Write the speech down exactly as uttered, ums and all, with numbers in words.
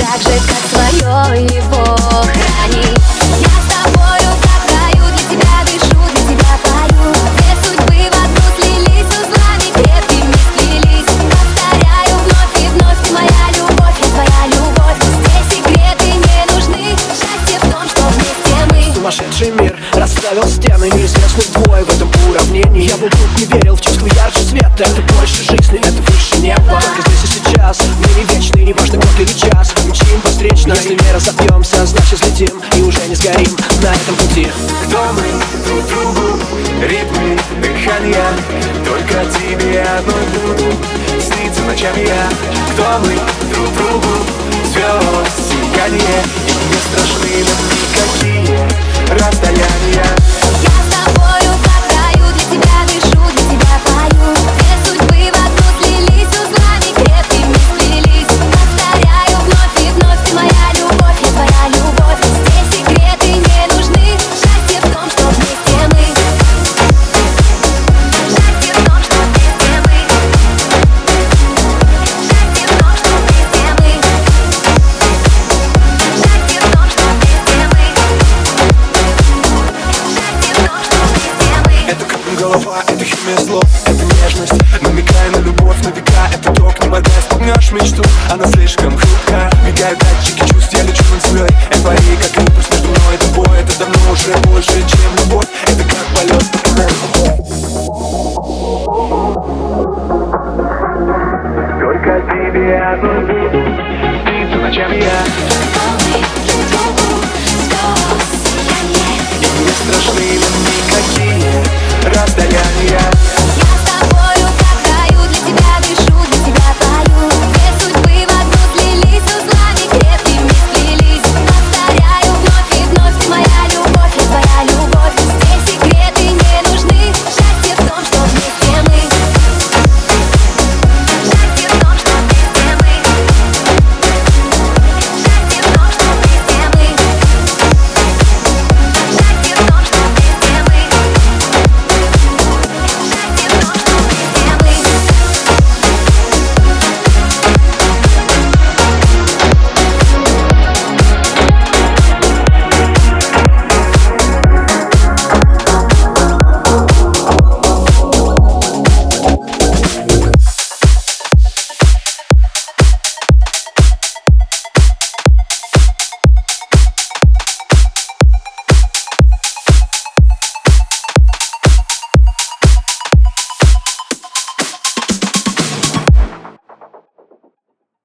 так же, как свое его храни. Я с тобою как в раю, для тебя дышу, для тебя пою. Две судьбы в одну слились, узлами крепкими сплелись. Повторяю вновь и вновь, ты моя любовь, я твоя любовь. Здесь секреты не нужны, счастье в том, что вместе мы. Сумасшедший мир расставил стены, неизвестных двое в этом уравнении. Я был тут, не верил в чувство ярче света. Это больше жизни, это выше неба. Только здесь и сейчас, мы не вечны, не важно год или час. Мчим по встречной, если не разобьемся, значит взлетим и уже не сгорим на этом пути. Кто мы друг другу, ритмы, дыхания, только тебе одной буду сниться ночами я. Кто мы друг другу, звезд сияние, и не страшны нам никакие расстояния. Я с тобою как в раю, для тебя дышу, для тебя пою. Две судьбы в одну слились, узлами крепкими сплелись. Повторяю вновь и вновь, ты моя любовь, я твоя любовь. Здесь секреты не нужны, счастье в том, что вместе мы. Счастье в том, что вместе мы. Счастье в том, что вместе мы. Счастье в том, что вместе мы. Это как голова, это химия слов, это нежность, намекая на любовь на века. Это ток, не моргая, спугнешь мечту, она слишком хрупкая. Мигают датчики чувств, я лечу над землей. Эйфория, как импульс между мной и тобой. Это давно уже больше, чем любовь. Это как полет. Только тебе одной буду сниться ночами я. И не страшны